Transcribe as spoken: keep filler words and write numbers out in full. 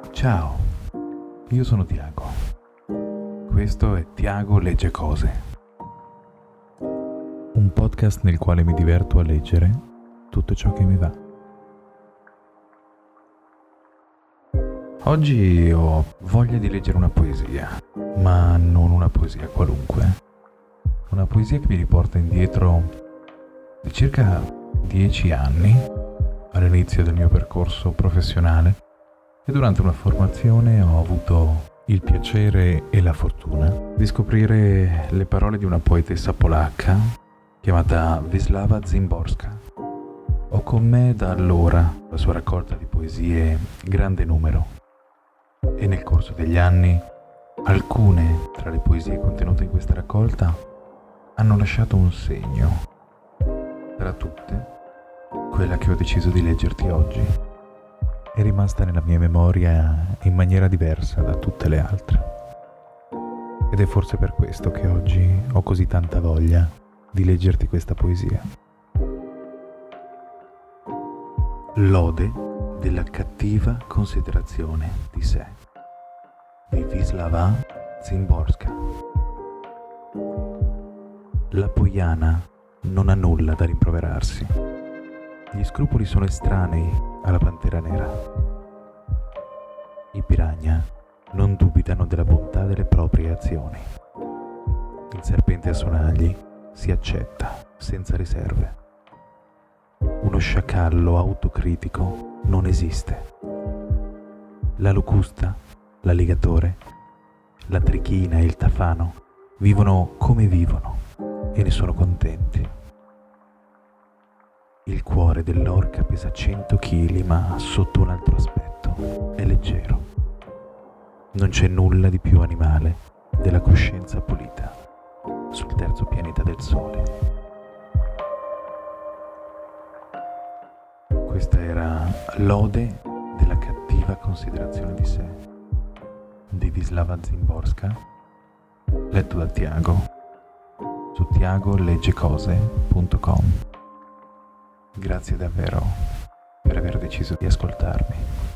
Ciao, io sono Tiago. Questo è Tiago Legge Cose. Un podcast nel quale mi diverto a leggere tutto ciò che mi va. Oggi ho voglia di leggere una poesia, ma non una poesia qualunque. Una poesia che mi riporta indietro di circa dieci anni, all'inizio del mio percorso professionale, e durante una formazione ho avuto il piacere e la fortuna di scoprire le parole di una poetessa polacca chiamata Wisława Szymborska. Ho con me da allora la sua raccolta di poesie Grande Numero e nel corso degli anni alcune tra le poesie contenute in questa raccolta hanno lasciato un segno. Tra tutte, quella che ho deciso di leggerti oggi è rimasta nella mia memoria in maniera diversa da tutte le altre. Ed è forse per questo che oggi ho così tanta voglia di leggerti questa poesia. Lode della cattiva considerazione di sé, di Wisława Szymborska. La Poiana non ha nulla da rimproverarsi. Gli scrupoli sono estranei alla pantera nera. I piranha non dubitano della bontà delle proprie azioni. Il serpente a sonagli si accetta senza riserve. Uno sciacallo autocritico non esiste. La locusta, l'alligatore, la trichina e il tafano vivono come vivono e ne sono contenti. Il cuore dell'orca pesa cento chili, ma sotto un altro aspetto è leggero. Non c'è nulla di più animale della coscienza pulita sul terzo pianeta del Sole. Questa era Lode della cattiva considerazione di sé di Wisława Szymborska, letto da Tiago su tiago legge cose punto com. Grazie davvero per aver deciso di ascoltarmi.